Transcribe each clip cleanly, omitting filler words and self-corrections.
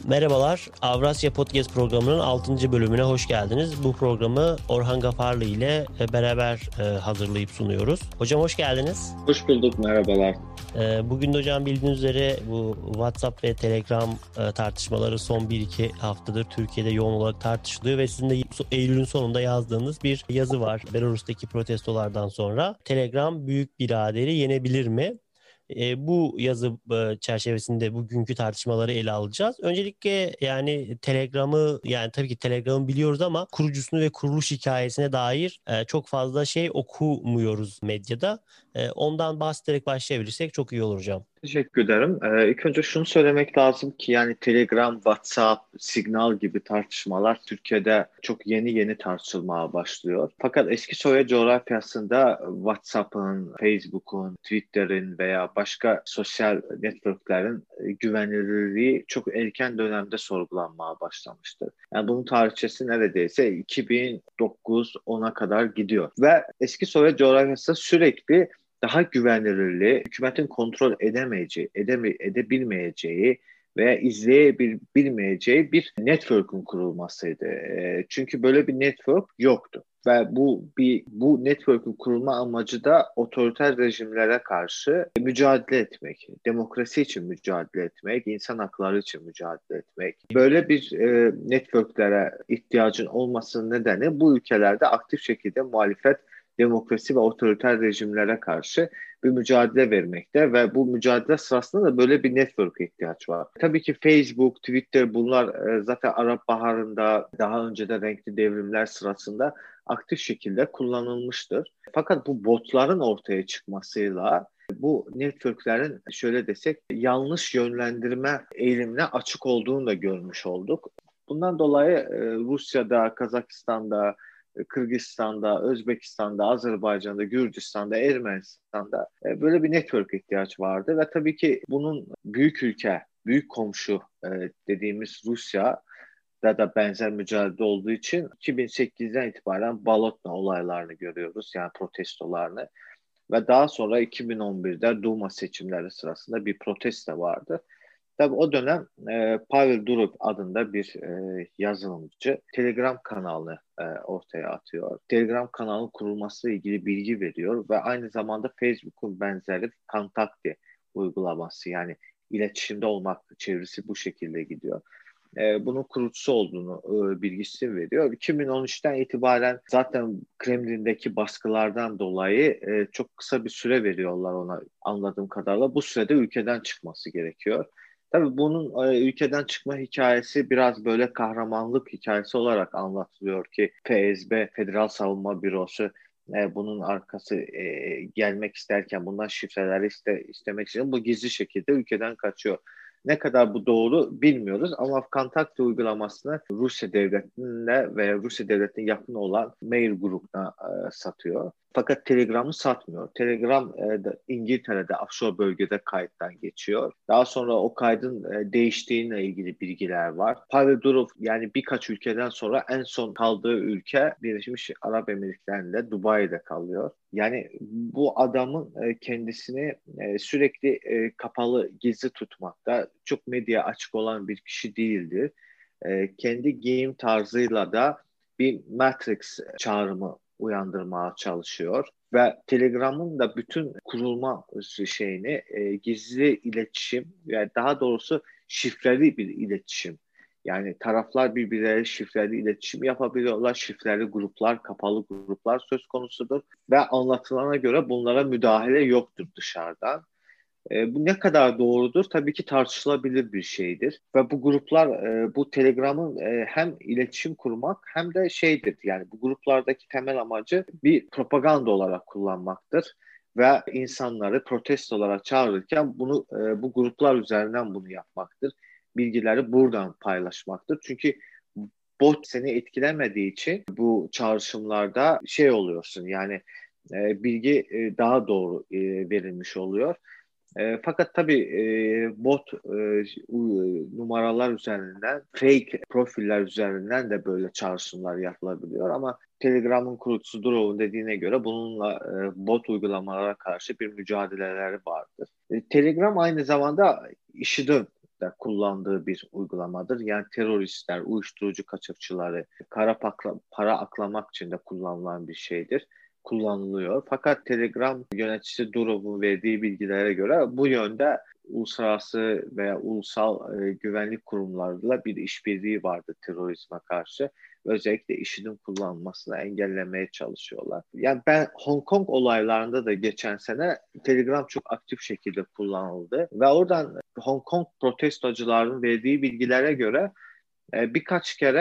Merhabalar, Avrasya Podcast programının 6. bölümüne hoş geldiniz. Bu programı Orhan Gafarlı ile beraber hazırlayıp sunuyoruz. Hocam hoş geldiniz. Hoş bulduk, merhabalar. Bugün de hocam bildiğiniz üzere bu WhatsApp ve Telegram tartışmaları son 1-2 haftadır Türkiye'de yoğun olarak tartışılıyor ve sizin de Eylül'ün sonunda yazdığınız bir yazı var. Belarus'taki protestolardan sonra Telegram büyük biraderi yenebilir mi? Bu yazı çerçevesinde bugünkü tartışmaları ele alacağız. Öncelikle yani Telegram'ı tabii ki Telegram'ı biliyoruz ama kurucusunu ve kuruluş hikayesine dair çok fazla şey okumuyoruz medyada. Ondan bahsederek başlayabilirsek çok iyi olur hocam. Teşekkür ederim. İlk önce şunu söylemek lazım ki yani Telegram, WhatsApp, Signal gibi tartışmalar Türkiye'de çok yeni tartışılmaya başlıyor. Fakat eski Sovyet coğrafyasında WhatsApp'ın, Facebook'un, Twitter'in veya başka sosyal networklerin güvenilirliği çok erken dönemde sorgulanmaya başlamıştır. Yani bunun tarihçesi neredeyse 2009-10'a kadar gidiyor. Ve eski Sovyet coğrafyasında sürekli daha güvenilirliği, hükümetin kontrol edebilmeyeceği veya izleyebilmeyeceği bir network'ün kurulmasıydı. Çünkü böyle bir network yoktu. Ve bu network'ün kurulma amacı da otoriter rejimlere karşı mücadele etmek, demokrasi için mücadele etmek, insan hakları için mücadele etmek. Böyle bir network'lere ihtiyacın olmasının nedeni bu ülkelerde aktif şekilde muhalefet, demokrasi ve otoriter rejimlere karşı bir mücadele vermekte ve bu mücadele sırasında da böyle bir network'e ihtiyaç var. Tabii ki Facebook, Twitter bunlar zaten Arap Baharı'nda daha önce de renkli devrimler sırasında aktif şekilde kullanılmıştır. Fakat bu botların ortaya çıkmasıyla bu networklerin şöyle desek yanlış yönlendirme eğilimine açık olduğunu da görmüş olduk. Bundan dolayı Rusya'da, Kazakistan'da, Kırgızistan'da, Özbekistan'da, Azerbaycan'da, Gürcistan'da, Ermenistan'da böyle bir network ihtiyaç vardı ve tabii ki bunun büyük ülke, büyük komşu dediğimiz Rusya da benzer mücadele olduğu için 2008'den itibaren Balotna olaylarını görüyoruz, yani protestolarını ve daha sonra 2011'de Duma seçimleri sırasında bir protesto vardı. Tabii o dönem Pavel Durov adında bir yazılımcı Telegram kanalını ortaya atıyor. Telegram kanalının kurulmasıyla ilgili bilgi veriyor ve aynı zamanda Facebook'un benzeri Kontakti uygulaması, yani iletişimde olmak çevresi bu şekilde gidiyor. Bunun kurucusu olduğunu bilgisi veriyor. 2013'ten itibaren zaten Kremlin'deki baskılardan dolayı çok kısa bir süre veriyorlar ona, anladığım kadarıyla. Bu sürede ülkeden çıkması gerekiyor. Tabii bunun ülkeden çıkma hikayesi biraz böyle kahramanlık hikayesi olarak anlatılıyor ki FSB, Federal Savunma Bürosu bunun arkası gelmek isterken bundan şifreleri istemek için bu gizli şekilde ülkeden kaçıyor. Ne kadar bu doğru bilmiyoruz ama Kontakte uygulamasını Rusya devletine ve Rusya devletine yakın olan mail grubuna satıyor. Fakat Telegram'ı satmıyor. Telegram İngiltere'de offshore bölgede kayıttan geçiyor. Daha sonra o kaydın değiştiğine ilgili bilgiler var. Pavel Durov yani birkaç ülkeden sonra en son kaldığı ülke Birleşmiş Arap Emirlikleri'nde, Dubai'de kalıyor. Yani bu adamın kendisini sürekli kapalı, gizli tutmakta, çok medya açık olan bir kişi değildir. Kendi giyim tarzıyla da bir Matrix çağrımı uyandırmaya çalışıyor ve Telegram'ın da bütün kurulma şeyini gizli iletişim, yani daha doğrusu şifreli bir iletişim. Yani taraflar birbirleriyle şifreli iletişim yapabiliyorlar. Şifreli gruplar, kapalı gruplar söz konusudur ve anlatılana göre bunlara müdahale yoktur dışarıdan. Bu ne kadar doğrudur? Tabii ki tartışılabilir bir şeydir. Ve bu gruplar, bu Telegram'ın hem iletişim kurmak hem de şeydir. Yani bu gruplardaki temel amacı bir propaganda olarak kullanmaktır. Ve insanları protesto olarak çağırırken bu gruplar üzerinden bunu yapmaktır. Bilgileri buradan paylaşmaktır. Çünkü bot seni etkilemediği için bu çağrışımlarda şey oluyorsun, yani bilgi daha doğru verilmiş oluyor. Fakat tabii bot numaralar üzerinden, fake profiller üzerinden de böyle çağrışımlar yapılabiliyor. Ama Telegram'ın kurucusu Durov'un dediğine göre bununla bot uygulamalara karşı bir mücadeleleri vardır. Telegram aynı zamanda IŞİD'in da kullandığı bir uygulamadır. Yani teröristler, uyuşturucu kaçakçıları, para aklamak için de kullanılan bir şeydir. Kullanılıyor. Fakat Telegram yöneticisi Durov'un verdiği bilgilere göre bu yönde uluslararası veya ulusal güvenlik kurumlarıyla bir işbirliği vardı terörizme karşı. Özellikle IŞİD'in kullanılmasını engellemeye çalışıyorlar. Yani ben Hong Kong olaylarında da geçen sene Telegram çok aktif şekilde kullanıldı ve oradan Hong Kong protestocuların verdiği bilgilere göre birkaç kere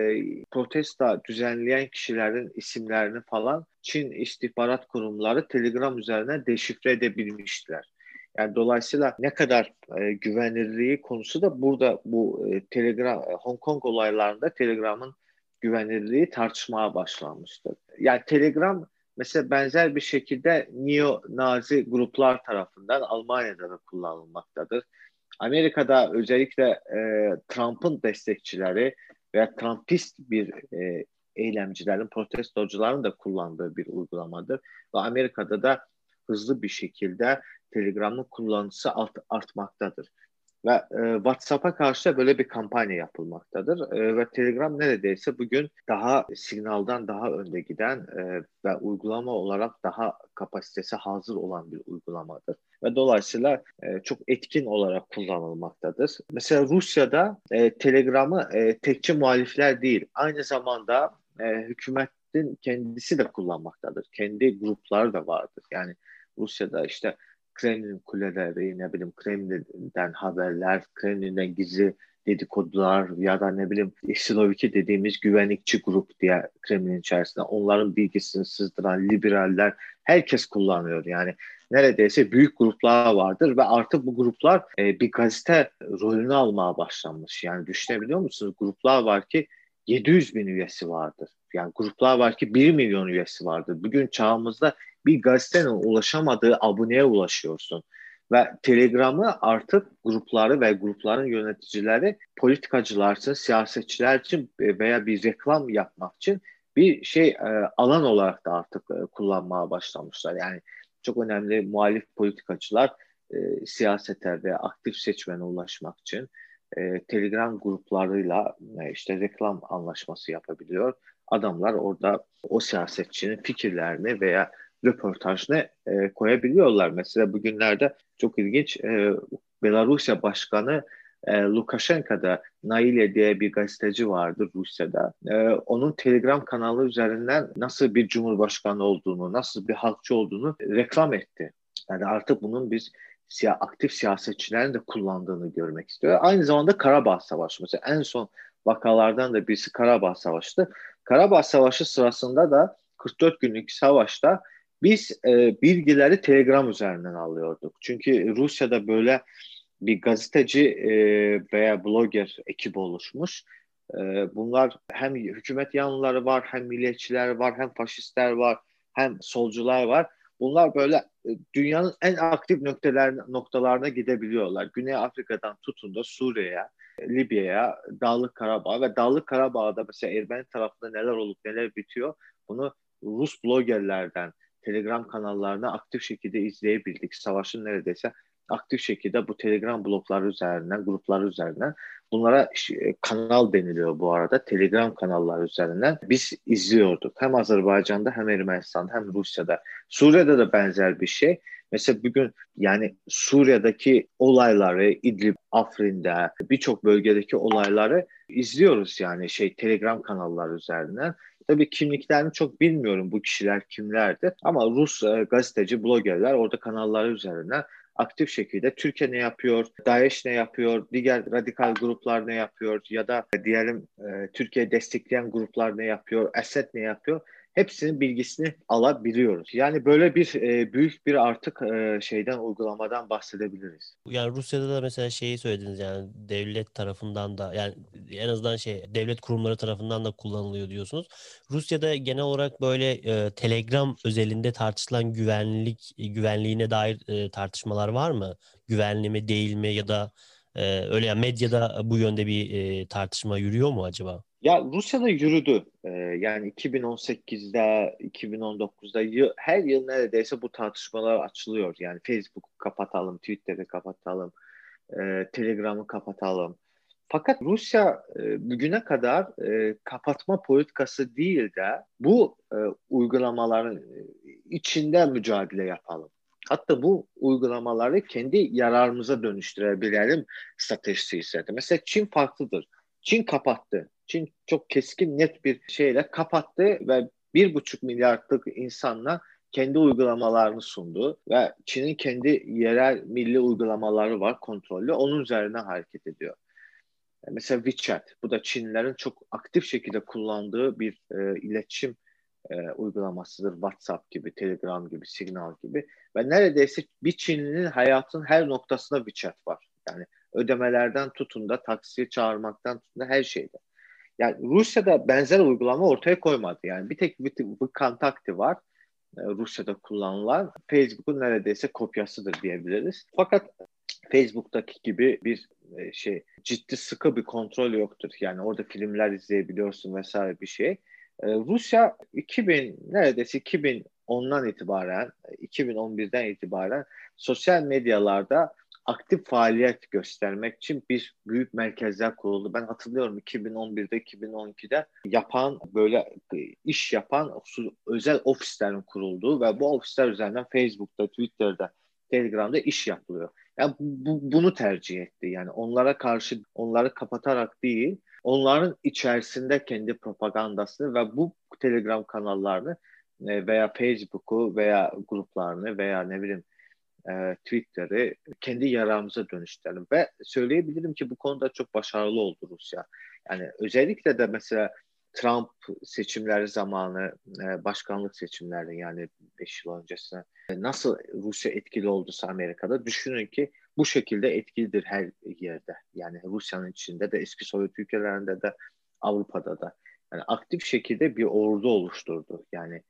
protesta düzenleyen kişilerin isimlerini falan Çin istihbarat kurumları Telegram üzerine deşifre edebilmişler. Yani dolayısıyla ne kadar güvenilirliği konusu da burada bu Telegram Hong Kong olaylarında Telegram'ın güvenilirliği tartışmaya başlanmıştır. Yani Telegram mesela benzer bir şekilde neo-Nazi gruplar tarafından Almanya'da da kullanılmaktadır. Amerika'da özellikle Trump'ın destekçileri veya Trumpist bir eylemcilerin, protestocuların da kullandığı bir uygulamadır. Ve Amerika'da da hızlı bir şekilde Telegram'ın kullanıcısı artmaktadır. Ve WhatsApp'a karşı da böyle bir kampanya yapılmaktadır. Ve Telegram neredeyse bugün daha signaldan daha önde giden ve uygulama olarak daha kapasitesi hazır olan bir uygulamadır. Ve dolayısıyla çok etkin olarak kullanılmaktadır. Mesela Rusya'da Telegram'ı tekçi muhalifler değil, aynı zamanda hükümetin kendisi de kullanmaktadır. Kendi grupları da vardır. Yani Rusya'da işte Kremlin kuleleri, ne bileyim Kremlin'den haberler, Kremlin'den gizli dedikodular ya da ne bileyim Siloviki dediğimiz güvenlikçi grup diye Kremlin içerisinde onların bilgisini sızdıran liberaller herkes kullanıyor. Yani neredeyse büyük gruplar vardır ve artık bu gruplar bir gazete rolünü almaya başlanmış. Yani düşünebiliyor musunuz? Gruplar var ki 700 bin üyesi vardır. Yani gruplar var ki 1 milyon üyesi vardır. Bugün çağımızda bir gazetenin ulaşamadığı aboneye ulaşıyorsun. Ve Telegram'ı artık grupları ve grupların yöneticileri politikacılar için, siyasetçiler için veya bir reklam yapmak için bir alan olarak da artık kullanmaya başlamışlar. Yani çok önemli muhalif politikacılar siyasete ve aktif seçmene ulaşmak için Telegram gruplarıyla işte reklam anlaşması yapabiliyor. Adamlar orada o siyasetçinin fikirlerini veya röportajını koyabiliyorlar. Mesela bugünlerde çok ilginç Belarusya Başkanı Lukashenko'da Nailya diye bir gazeteci vardı Rusya'da. Onun Telegram kanalı üzerinden nasıl bir cumhurbaşkanı olduğunu, nasıl bir halkçı olduğunu reklam etti. Yani artık bunun biz aktif siyasetçilerin de kullandığını görmek istiyor. Aynı zamanda Karabağ Savaşı. Mesela en son vakalardan da birisi Karabağ Savaşı'tı. Karabağ Savaşı sırasında da 44 günlük savaşta biz bilgileri Telegram üzerinden alıyorduk. Çünkü Rusya'da böyle bir gazeteci veya blogger ekibi oluşmuş. Bunlar hem hükümet yanlıları var, hem milliyetçiler var, hem faşistler var, hem solcular var. Bunlar böyle dünyanın en aktif noktalarına gidebiliyorlar. Güney Afrika'dan tutun da Suriye'ye, Libya'ya, Dağlık Karabağ ve Dağlık Karabağ'da mesela Ermeni tarafında neler olup neler bitiyor bunu Rus bloggerlerden, Telegram kanallarına aktif şekilde izleyebildik. Savaşın neredeyse aktif şekilde bu Telegram blokları üzerinden, grupları üzerinden bunlara kanal deniliyor bu arada. Telegram kanalları üzerinden biz izliyorduk. Hem Azerbaycan'da hem Ermenistan'da hem Rusya'da. Suriye'de de benzer bir şey. Mesela bugün yani Suriye'deki olayları, İdlib, Afrin'de birçok bölgedeki olayları izliyoruz yani Telegram kanalları üzerinden. Tabii kimliklerini çok bilmiyorum bu kişiler kimlerdir ama Rus gazeteci, bloggerler orada kanalları üzerinden aktif şekilde Türkiye ne yapıyor, DAEŞ ne yapıyor, diğer radikal gruplar ne yapıyor ya da diyelim Türkiye destekleyen gruplar ne yapıyor, Esed ne yapıyor? Hepsinin bilgisini alabiliyoruz. Yani böyle bir büyük bir artık uygulamadan bahsedebiliriz. Yani Rusya'da da mesela şeyi söylediniz, yani devlet tarafından da, yani en azından devlet kurumları tarafından da kullanılıyor diyorsunuz. Rusya'da genel olarak böyle Telegram özelinde tartışılan güvenliğine dair tartışmalar var mı? Güvenli mi değil mi, ya da öyle yani medyada bu yönde bir tartışma yürüyor mu acaba? Ya Rusya'da yürüdü. Yani 2018'de, 2019'da her yıl neredeyse bu tartışmalar açılıyor. Yani Facebook'u kapatalım, Twitter'ı kapatalım. Telegram'ı kapatalım. Fakat Rusya bugüne kadar kapatma politikası değil de bu uygulamaların içinde mücadele yapalım. Hatta bu uygulamaları kendi yararımıza dönüştürebilelim stratejisi istedi. Mesela Çin farklıdır. Çin kapattı. Çin çok keskin net bir şeyle kapattı ve 1,5 milyarlık insanla kendi uygulamalarını sundu ve Çin'in kendi yerel milli uygulamaları var kontrollü. Onun üzerine hareket ediyor. Mesela WeChat, bu da Çinlilerin çok aktif şekilde kullandığı bir iletişim uygulamasıdır. WhatsApp gibi, Telegram gibi, Signal gibi. Ve neredeyse bir Çinlinin hayatın her noktasında WeChat var. Yani ödemelerden tutun da taksiye çağırmaktan tutun da her şeyde. Yani Rusya'da benzer uygulama ortaya koymadı. Yani bir tek Kontakti var. Rusya'da kullanılan Facebook'un neredeyse kopyasıdır diyebiliriz. Fakat Facebook'taki gibi bir ciddi sıkı bir kontrol yoktur. Yani orada filmler izleyebiliyorsun vesaire bir şey. Rusya neredeyse 2010'dan itibaren 2011'den itibaren sosyal medyalarda aktif faaliyet göstermek için bir büyük merkezler kuruldu. Ben hatırlıyorum 2011'de 2012'de böyle iş yapan özel ofislerin kurulduğu ve bu ofisler üzerinden Facebook'ta, Twitter'da, Telegram'da iş yapılıyor. Yani bunu tercih etti. Yani onlara karşı onları kapatarak değil, onların içerisinde kendi propagandasını ve bu Telegram kanallarını veya Facebook'u veya gruplarını veya ne bileyim Twitter'ı kendi yararımıza dönüştürelim. Ve söyleyebilirim ki bu konuda çok başarılı oldu Rusya. Yani özellikle de mesela Trump seçimleri zamanı, başkanlık seçimleri yani 5 yıl öncesine nasıl Rusya etkili olduysa Amerika'da düşünün ki bu şekilde etkilidir her yerde. Yani Rusya'nın içinde de eski Sovyet ülkelerinde de Avrupa'da da. Yani aktif şekilde bir ordu oluşturdu. Yani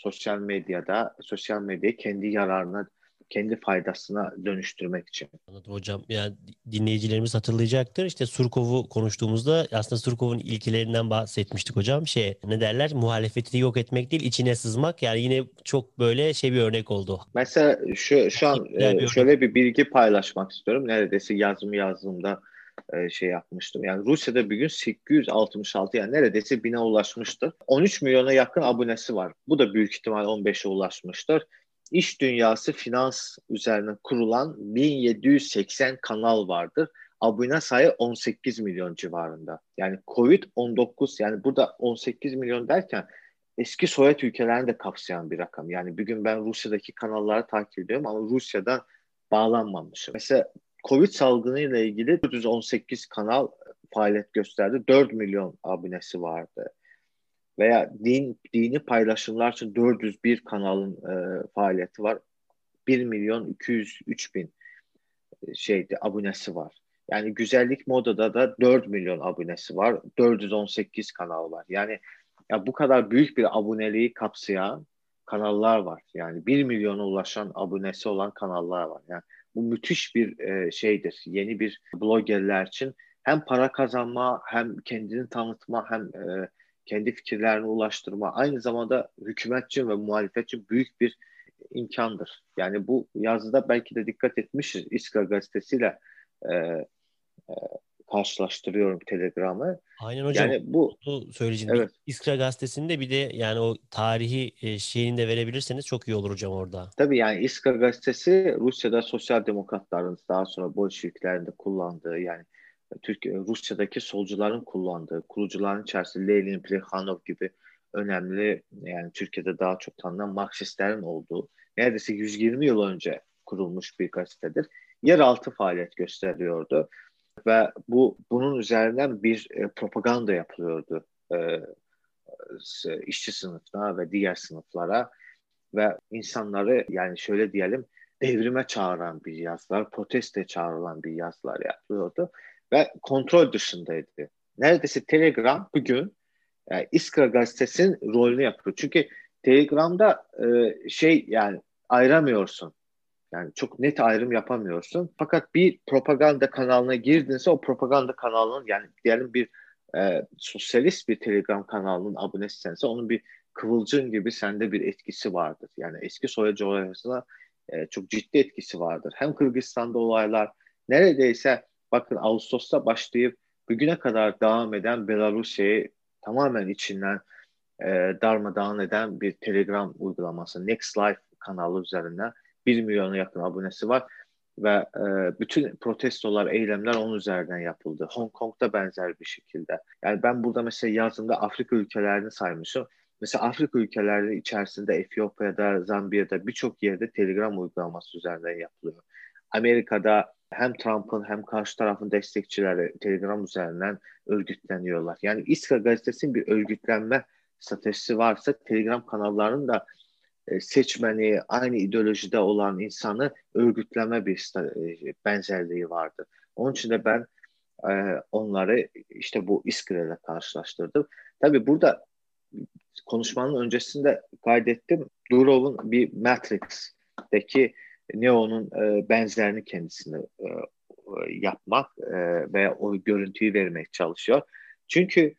sosyal medyayı kendi yararına, kendi faydasına dönüştürmek için. Anladım hocam. Yani dinleyicilerimiz hatırlayacaktır. İşte Surkov'u konuştuğumuzda aslında Surkov'un ilkelerinden bahsetmiştik hocam. Ne derler? Muhalefeti yok etmek değil, içine sızmak. Yani yine çok böyle bir örnek oldu. Mesela şu an Güzel bir örnek. şöyle bir bilgi paylaşmak istiyorum. Neredeyse yazdığımda yapmıştım. Yani Rusya'da bir gün 866 yani neredeyse 1000'e ulaşmıştır. 13 milyona yakın abonesi var. Bu da büyük ihtimal 15'e ulaşmıştır. İş dünyası finans üzerine kurulan 1780 kanal vardır. Abone sayı 18 milyon civarında. Yani Covid-19 yani burada 18 milyon derken eski Sovyet ülkelerini de kapsayan bir rakam. Yani bir gün ben Rusya'daki kanalları takip ediyorum ama Rusya'dan bağlanmamışım. Mesela Covid salgını ile ilgili 418 kanal faaliyet gösterdi. 4 milyon abonesi vardı. Veya dini paylaşımlar için 401 kanalın faaliyeti var. 1 milyon 203 bin abonesi var. Yani güzellik modada da 4 milyon abonesi var. 418 kanal var. Yani ya bu kadar büyük bir aboneliği kapsayan kanallar var. Yani 1 milyona ulaşan abonesi olan kanallar var. Yani bu müthiş bir şeydir. Yeni bir bloggerler için hem para kazanma, hem kendini tanıtma, hem kendi fikirlerini ulaştırma, aynı zamanda hükümet için ve muhalefet için büyük bir imkandır. Yani bu yazıda belki de dikkat etmişiz. İskra gazetesiyle e, e, karşılaştırıyorum Telegram'ı. Aynen hocam. Yani bu Bunu söyleyeceğim. Bir evet. İskra gazetesinde bir de yani o tarihi şeyini de verebilirseniz çok iyi olur hocam orada. Tabii yani İskra gazetesi Rusya'da sosyal demokratların daha sonra Bolşeviklerin de kullandığı yani Rusya'daki solcuların kullandığı, kurucuların içerisinde Lenin, Plekhanov gibi önemli yani Türkiye'de daha çok tanınan Marksistlerin olduğu neredeyse 120 yıl önce kurulmuş bir gazetedir. Yeraltı faaliyet gösteriyordu ve bunun üzerinden bir propaganda yapılıyordu işçi sınıfına ve diğer sınıflara ve insanları yani şöyle diyelim devrime çağıran bir yazılar, proteste çağrılan bir yazılar yapılıyordu ve kontrol dışındaydı. Neredeyse Telegram bugün İskra gazetesinin rolünü yapıyor. Çünkü Telegram'da yani ayıramıyorsun. Yani çok net ayrım yapamıyorsun. Fakat bir propaganda kanalına girdinse o propaganda kanalının yani diyelim bir sosyalist bir Telegram kanalının abonesisense onun bir kıvılcım gibi sende bir etkisi vardır. Yani eski Sovyet coğrafyasına çok ciddi etkisi vardır. Hem Kırgızistan'da olaylar neredeyse bakın Ağustos'ta başlayıp bugüne kadar devam eden Belarus'u tamamen içinden darmadağın eden bir Telegram uygulaması. Next Life kanalı üzerinden 1 milyona yakın abonesi var ve bütün protestolar, eylemler onun üzerinden yapıldı. Hong Kong'da benzer bir şekilde. Yani ben burada mesela yazımda Afrika ülkelerini saymışım. Mesela Afrika ülkeleri içerisinde Etiyopya'da, Zambiya'da birçok yerde Telegram uygulaması üzerinden yapılıyor. Amerika'da hem Trump'ın hem karşı tarafın destekçileri Telegram üzerinden örgütleniyorlar. Yani İSKA gazetesinin bir örgütlenme stratejisi varsa Telegram kanallarının da seçmeni, aynı ideolojide olan insanı örgütleme bir benzerliği vardı. Onun için de ben onları işte bu İSKA ile karşılaştırdım. Tabii burada konuşmanın öncesinde kaydettim. Durov'un bir Matrix'teki Neo'nun benzerini kendisine yapmak ve o görüntüyü vermeye çalışıyor. Çünkü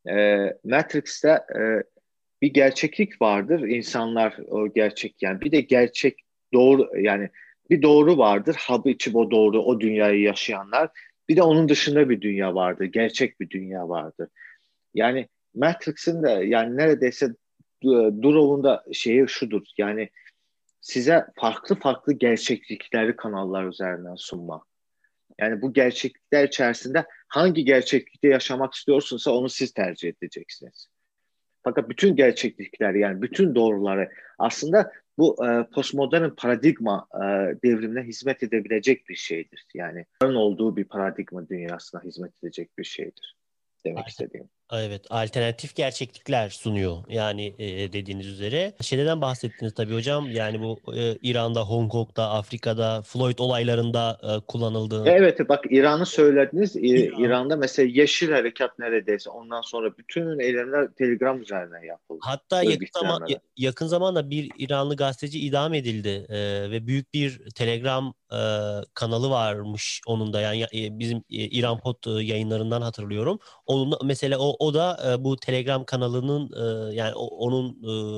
Matrix'te bir gerçeklik vardır. İnsanlar o gerçek yani bir de gerçek doğru yani bir doğru vardır. Hap içip o doğru o dünyayı yaşayanlar. Bir de onun dışında bir dünya vardır. Gerçek bir dünya vardır. Yani Matrix'in de yani neredeyse Durov'un da şeyi şudur. Yani size farklı farklı gerçeklikleri kanallar üzerinden sunmak. Yani bu gerçeklikler içerisinde hangi gerçeklikte yaşamak istiyorsunsa onu siz tercih edeceksiniz. Fakat bütün gerçeklikler yani bütün doğruları aslında bu postmodern paradigma devrimine hizmet edebilecek bir şeydir. Yani olduğu bir paradigma dünyasına hizmet edecek bir şeydir demek istediğim. Evet, alternatif gerçeklikler sunuyor. Yani dediğiniz üzere. Şeyden bahsettiniz tabii hocam. Yani bu İran'da, Hong Kong'da, Afrika'da, Floyd olaylarında kullanıldığını. Evet bak İran'ı söylediniz. İran. İran'da mesela Yeşil Harekat neredeyse ondan sonra bütün eylemler Telegram üzerinden yapıldı. Hatta Örgütlenmeler. yakın zamanda bir İranlı gazeteci idam edildi ve büyük bir Telegram kanalı varmış onun da yani bizim İran Pot yayınlarından hatırlıyorum. Onun mesela o da bu Telegram kanalının yani onun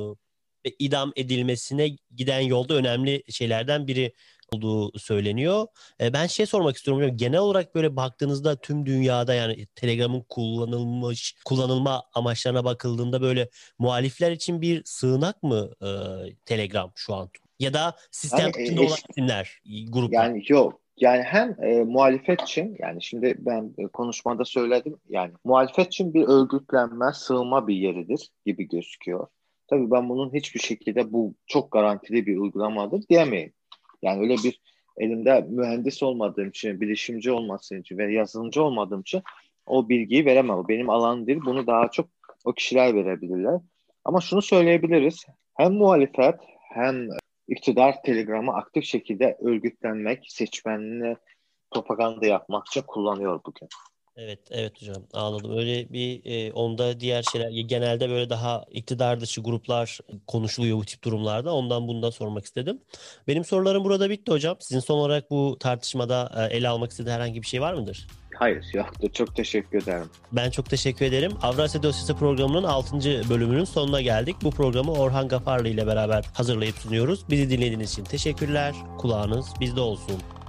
idam edilmesine giden yolda önemli şeylerden biri olduğu söyleniyor. Ben sormak istiyorum hocam. Genel olarak böyle baktığınızda tüm dünyada yani Telegram'ın kullanılma amaçlarına bakıldığında böyle muhalifler için bir sığınak mı Telegram şu an? Ya da sistem Yani içinde olan isimler, gruplar. yani yok. Yani hem muhalefet için yani şimdi ben konuşmada söyledim yani muhalefet için bir örgütlenme, sığınma bir yeridir gibi gözüküyor. Tabii ben bunun hiçbir şekilde bu çok garantili bir uygulamadır diyemeyim. Yani öyle bir elimde mühendis olmadığım için, bilişimci olmasın için ve yazılımcı olmadığım için o bilgiyi veremem. O benim alanım değil. Bunu daha çok o kişiler verebilirler. Ama şunu söyleyebiliriz. Hem muhalefet hem iktidar Telegram'ı aktif şekilde örgütlenmek, seçmenine propaganda yapmak için kullanıyor bugün. Evet, evet hocam anladım. Öyle bir onda diğer şeyler genelde böyle daha iktidar dışı gruplar konuşuluyor bu tip durumlarda. Ondan bunu da sormak istedim. Benim sorularım burada bitti hocam. Sizin son olarak bu tartışmada ele almak istediğiniz herhangi bir şey var mıdır? Hayır, yoktu. Çok teşekkür ederim. Ben çok teşekkür ederim. Avrasya Dosyası programının 6. bölümünün sonuna geldik. Bu programı Orhan Gafarlı ile beraber hazırlayıp sunuyoruz. Bizi dinlediğiniz için teşekkürler. Kulağınız bizde olsun.